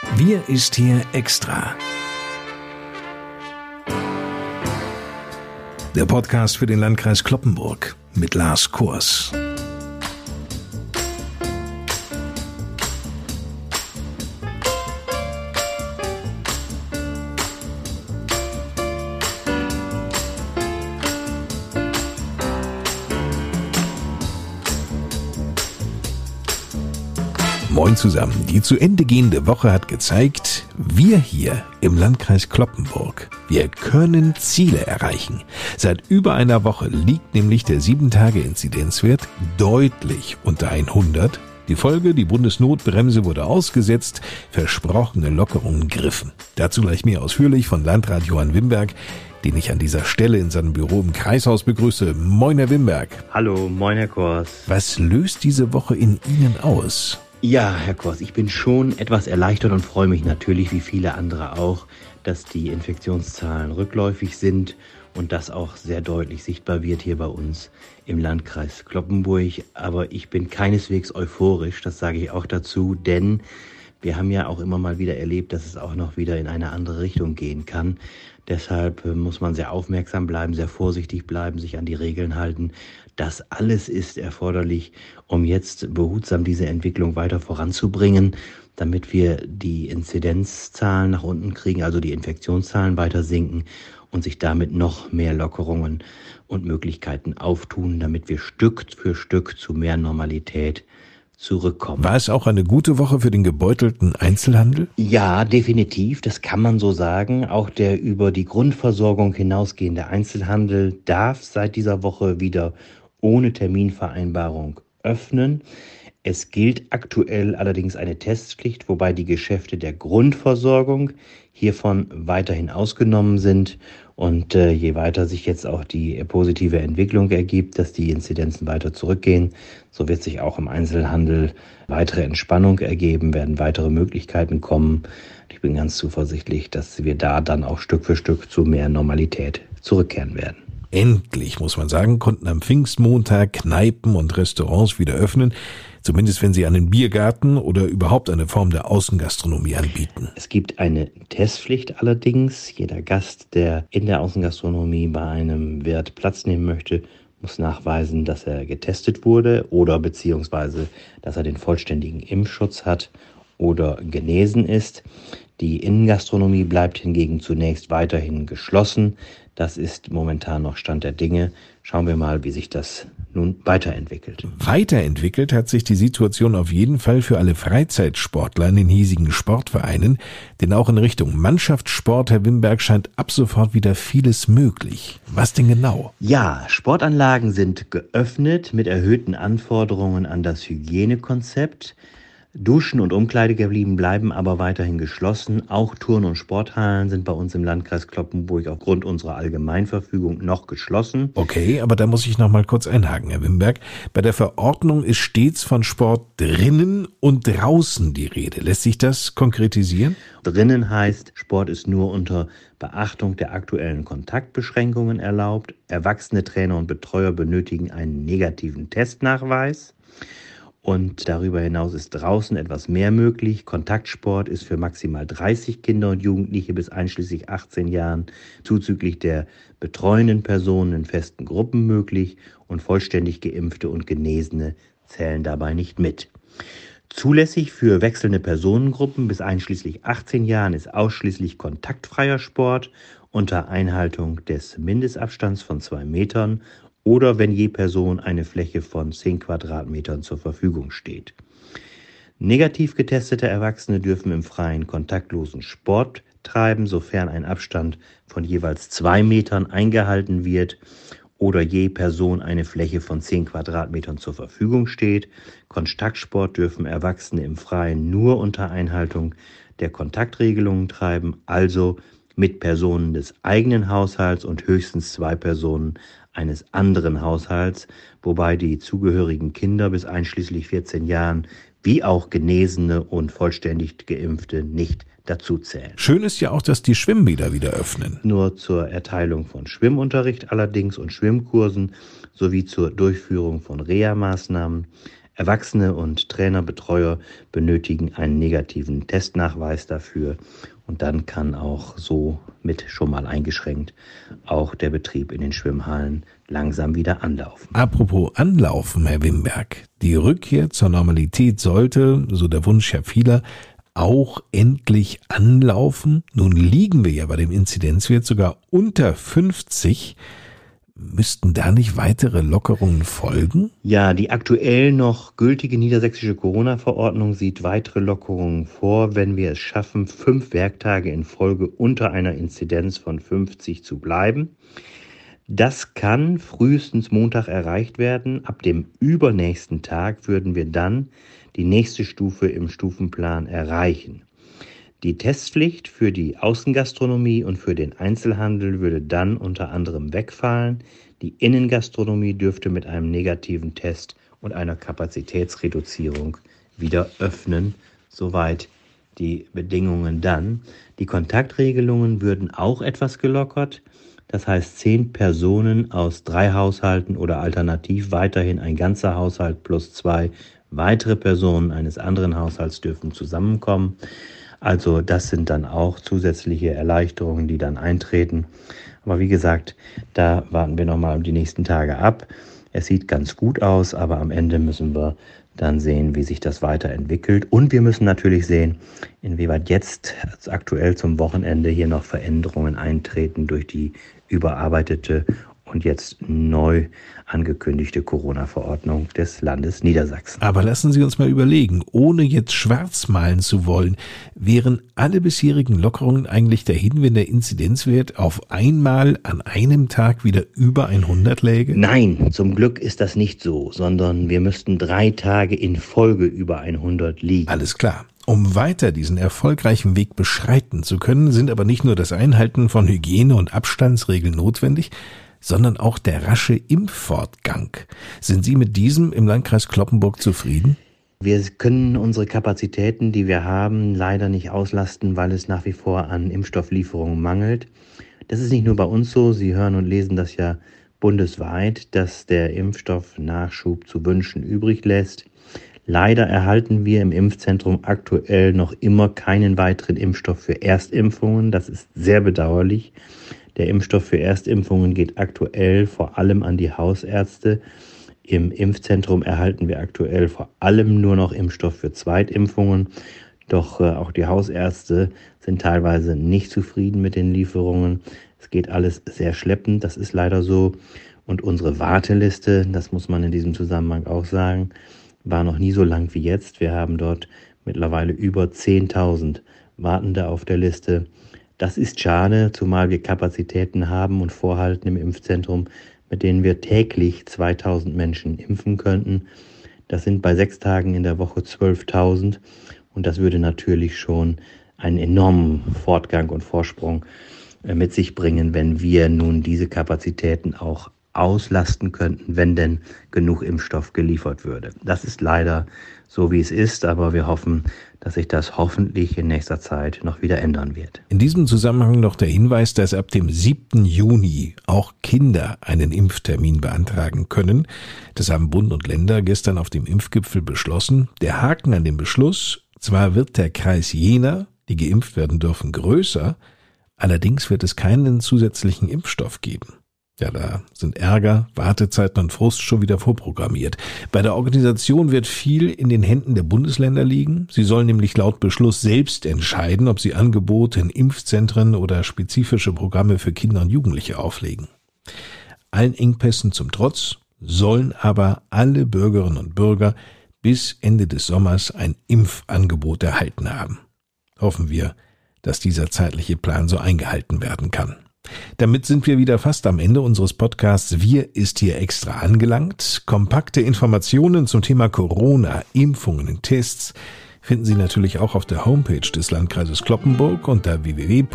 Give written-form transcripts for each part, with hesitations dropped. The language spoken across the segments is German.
Wir ist hier extra. Der Podcast für den Landkreis Cloppenburg mit Lars Kurs. Moin zusammen. Die zu Ende gehende Woche hat gezeigt, wir hier im Landkreis Cloppenburg, wir können Ziele erreichen. Seit über einer Woche liegt nämlich der 7-Tage-Inzidenzwert deutlich unter 100. Die Folge, die Bundesnotbremse wurde ausgesetzt, versprochene Lockerungen griffen. Dazu gleich mehr ausführlich von Landrat Johann Wimberg, den ich an dieser Stelle in seinem Büro im Kreishaus begrüße. Moin, Herr Wimberg. Hallo, moin, Herr Kors. Was löst diese Woche in Ihnen aus? Ja, Herr Kors, ich bin schon etwas erleichtert und freue mich natürlich, wie viele andere auch, dass die Infektionszahlen rückläufig sind und das auch sehr deutlich sichtbar wird hier bei uns im Landkreis Cloppenburg. Aber ich bin keineswegs euphorisch, das sage ich auch dazu, denn wir haben ja auch immer mal wieder erlebt, dass es auch noch wieder in eine andere Richtung gehen kann. Deshalb muss man sehr aufmerksam bleiben, sehr vorsichtig bleiben, sich an die Regeln halten. Das alles ist erforderlich, um jetzt behutsam diese Entwicklung weiter voranzubringen, damit wir die Inzidenzzahlen nach unten kriegen, also die Infektionszahlen weiter sinken und sich damit noch mehr Lockerungen und Möglichkeiten auftun, damit wir Stück für Stück zu mehr Normalität zurückkommen. War es auch eine gute Woche für den gebeutelten Einzelhandel? Ja, definitiv, das kann man so sagen. Auch der über die Grundversorgung hinausgehende Einzelhandel darf seit dieser Woche wieder ohne Terminvereinbarung öffnen. Es gilt aktuell allerdings eine Testpflicht, wobei die Geschäfte der Grundversorgung hiervon weiterhin ausgenommen sind. Und je weiter sich jetzt auch die positive Entwicklung ergibt, dass die Inzidenzen weiter zurückgehen, so wird sich auch im Einzelhandel weitere Entspannung ergeben, werden weitere Möglichkeiten kommen. Ich bin ganz zuversichtlich, dass wir da dann auch Stück für Stück zu mehr Normalität zurückkehren werden. Endlich, muss man sagen, konnten am Pfingstmontag Kneipen und Restaurants wieder öffnen, zumindest wenn sie einen Biergarten oder überhaupt eine Form der Außengastronomie anbieten. Es gibt eine Testpflicht allerdings. Jeder Gast, der in der Außengastronomie bei einem Wirt Platz nehmen möchte, muss nachweisen, dass er getestet wurde oder beziehungsweise, dass er den vollständigen Impfschutz hat oder genesen ist. Die Innengastronomie bleibt hingegen zunächst weiterhin geschlossen. Das ist momentan noch Stand der Dinge. Schauen wir mal, wie sich das nun weiterentwickelt. Weiterentwickelt hat sich die Situation auf jeden Fall für alle Freizeitsportler in den hiesigen Sportvereinen, denn auch in Richtung Mannschaftssport, Herr Wimberg, scheint ab sofort wieder vieles möglich. Was denn genau? Ja, Sportanlagen sind geöffnet mit erhöhten Anforderungen an das Hygienekonzept. Duschen und Umkleidekabinen bleiben aber weiterhin geschlossen. Auch Turn- und Sporthallen sind bei uns im Landkreis Cloppenburg aufgrund unserer Allgemeinverfügung noch geschlossen. Okay, aber da muss ich noch mal kurz einhaken, Herr Wimberg. Bei der Verordnung ist stets von Sport drinnen und draußen die Rede. Lässt sich das konkretisieren? Drinnen heißt, Sport ist nur unter Beachtung der aktuellen Kontaktbeschränkungen erlaubt. Erwachsene Trainer und Betreuer benötigen einen negativen Testnachweis. Und darüber hinaus ist draußen etwas mehr möglich. Kontaktsport ist für maximal 30 Kinder und Jugendliche bis einschließlich 18 Jahren zuzüglich der betreuenden Personen in festen Gruppen möglich und vollständig Geimpfte und Genesene zählen dabei nicht mit. Zulässig für wechselnde Personengruppen bis einschließlich 18 Jahren ist ausschließlich kontaktfreier Sport unter Einhaltung des Mindestabstands von 2 Metern oder wenn je Person eine Fläche von 10 Quadratmetern zur Verfügung steht. Negativ getestete Erwachsene dürfen im Freien kontaktlosen Sport treiben, sofern ein Abstand von jeweils 2 Metern eingehalten wird oder je Person eine Fläche von 10 Quadratmetern zur Verfügung steht. Kontaktsport dürfen Erwachsene im Freien nur unter Einhaltung der Kontaktregelungen treiben, also mit Personen des eigenen Haushalts und höchstens 2 Personen eines anderen Haushalts, wobei die zugehörigen Kinder bis einschließlich 14 Jahren wie auch Genesene und vollständig Geimpfte nicht dazu zählen. Schön ist ja auch, dass die Schwimmbäder wieder öffnen. Nur zur Erteilung von Schwimmunterricht allerdings und Schwimmkursen sowie zur Durchführung von Reha-Maßnahmen Erwachsene und Trainer, Betreuer benötigen einen negativen Testnachweis dafür. Und dann kann auch so mit schon mal eingeschränkt auch der Betrieb in den Schwimmhallen langsam wieder anlaufen. Apropos Anlaufen, Herr Wimberg. Die Rückkehr zur Normalität sollte, so der Wunsch ja vieler, auch endlich anlaufen. Nun liegen wir ja bei dem Inzidenzwert sogar unter 50. Müssten da nicht weitere Lockerungen folgen? Ja, die aktuell noch gültige niedersächsische Corona-Verordnung sieht weitere Lockerungen vor, wenn wir es schaffen, 5 Werktage in Folge unter einer Inzidenz von 50 zu bleiben. Das kann frühestens Montag erreicht werden. Ab dem übernächsten Tag würden wir dann die nächste Stufe im Stufenplan erreichen. Die Testpflicht für die Außengastronomie und für den Einzelhandel würde dann unter anderem wegfallen. Die Innengastronomie dürfte mit einem negativen Test und einer Kapazitätsreduzierung wieder öffnen. Soweit die Bedingungen dann. Die Kontaktregelungen würden auch etwas gelockert. Das heißt, 10 Personen aus 3 Haushalten oder alternativ weiterhin ein ganzer Haushalt plus 2 weitere Personen eines anderen Haushalts dürfen zusammenkommen. Also das sind dann auch zusätzliche Erleichterungen, die dann eintreten. Aber wie gesagt, da warten wir nochmal die nächsten Tage ab. Es sieht ganz gut aus, aber am Ende müssen wir dann sehen, wie sich das weiterentwickelt. Und wir müssen natürlich sehen, inwieweit jetzt aktuell zum Wochenende hier noch Veränderungen eintreten durch die überarbeitete und jetzt neu angekündigte Corona-Verordnung des Landes Niedersachsen. Aber lassen Sie uns mal überlegen, ohne jetzt schwarz malen zu wollen, wären alle bisherigen Lockerungen eigentlich dahin, wenn der Inzidenzwert auf einmal an einem Tag wieder über 100 läge? Nein, zum Glück ist das nicht so, sondern wir müssten 3 Tage in Folge über 100 liegen. Alles klar. Um weiter diesen erfolgreichen Weg beschreiten zu können, sind aber nicht nur das Einhalten von Hygiene- und Abstandsregeln notwendig, sondern auch der rasche Impffortgang. Sind Sie mit diesem im Landkreis Cloppenburg zufrieden? Wir können unsere Kapazitäten, die wir haben, leider nicht auslasten, weil es nach wie vor an Impfstofflieferungen mangelt. Das ist nicht nur bei uns so, Sie hören und lesen das ja bundesweit, dass der Impfstoffnachschub zu wünschen übrig lässt. Leider erhalten wir im Impfzentrum aktuell noch immer keinen weiteren Impfstoff für Erstimpfungen. Das ist sehr bedauerlich. Der Impfstoff für Erstimpfungen geht aktuell vor allem an die Hausärzte. Im Impfzentrum erhalten wir aktuell vor allem nur noch Impfstoff für Zweitimpfungen. Doch auch die Hausärzte sind teilweise nicht zufrieden mit den Lieferungen. Es geht alles sehr schleppend, das ist leider so. Und unsere Warteliste, das muss man in diesem Zusammenhang auch sagen, war noch nie so lang wie jetzt. Wir haben dort mittlerweile über 10.000 Wartende auf der Liste. Das ist schade, zumal wir Kapazitäten haben und vorhalten im Impfzentrum, mit denen wir täglich 2.000 Menschen impfen könnten. Das sind bei 6 Tagen in der Woche 12.000 und das würde natürlich schon einen enormen Fortgang und Vorsprung mit sich bringen, wenn wir nun diese Kapazitäten auch auslasten könnten, wenn denn genug Impfstoff geliefert würde. Das ist leider so, wie es ist, aber wir hoffen, dass sich das hoffentlich in nächster Zeit noch wieder ändern wird. In diesem Zusammenhang noch der Hinweis, dass ab dem 7. Juni auch Kinder einen Impftermin beantragen können. Das haben Bund und Länder gestern auf dem Impfgipfel beschlossen. Der Haken an dem Beschluss: zwar wird der Kreis jener, die geimpft werden dürfen, größer, allerdings wird es keinen zusätzlichen Impfstoff geben. Ja, da sind Ärger, Wartezeiten und Frust schon wieder vorprogrammiert. Bei der Organisation wird viel in den Händen der Bundesländer liegen. Sie sollen nämlich laut Beschluss selbst entscheiden, ob sie Angebote in Impfzentren oder spezifische Programme für Kinder und Jugendliche auflegen. Allen Engpässen zum Trotz sollen aber alle Bürgerinnen und Bürger bis Ende des Sommers ein Impfangebot erhalten haben. Hoffen wir, dass dieser zeitliche Plan so eingehalten werden kann. Damit sind wir wieder fast am Ende unseres Podcasts Wir ist hier extra angelangt. Kompakte Informationen zum Thema Corona, Impfungen und Tests finden Sie natürlich auch auf der Homepage des Landkreises Cloppenburg unter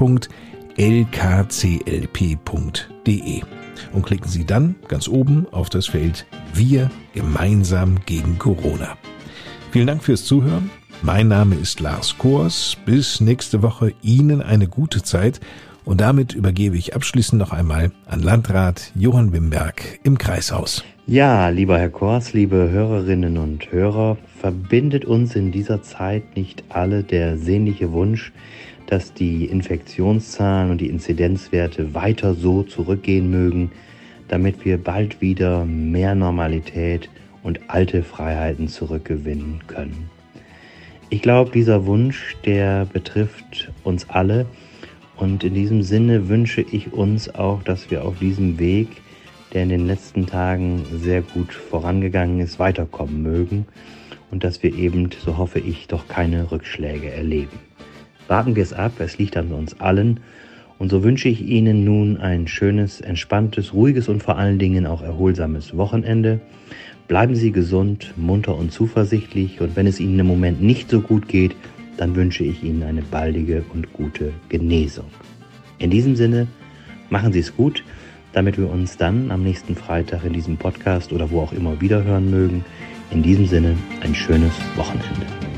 www.lkclp.de und klicken Sie dann ganz oben auf das Feld Wir gemeinsam gegen Corona. Vielen Dank fürs Zuhören. Mein Name ist Lars Kors. Bis nächste Woche. Ihnen eine gute Zeit. Und damit übergebe ich abschließend noch einmal an Landrat Johann Wimberg im Kreishaus. Ja, lieber Herr Kors, liebe Hörerinnen und Hörer, verbindet uns in dieser Zeit nicht alle der sehnliche Wunsch, dass die Infektionszahlen und die Inzidenzwerte weiter so zurückgehen mögen, damit wir bald wieder mehr Normalität und alte Freiheiten zurückgewinnen können. Ich glaube, dieser Wunsch, der betrifft uns alle, und in diesem Sinne wünsche ich uns auch, dass wir auf diesem Weg, der in den letzten Tagen sehr gut vorangegangen ist, weiterkommen mögen und dass wir eben, so hoffe ich, doch keine Rückschläge erleben. Warten wir es ab, es liegt an uns allen, und so wünsche ich Ihnen nun ein schönes, entspanntes, ruhiges und vor allen Dingen auch erholsames Wochenende. Bleiben Sie gesund, munter und zuversichtlich, und wenn es Ihnen im Moment nicht so gut geht, dann wünsche ich Ihnen eine baldige und gute Genesung. In diesem Sinne, machen Sie es gut, damit wir uns dann am nächsten Freitag in diesem Podcast oder wo auch immer wiederhören mögen. In diesem Sinne, ein schönes Wochenende.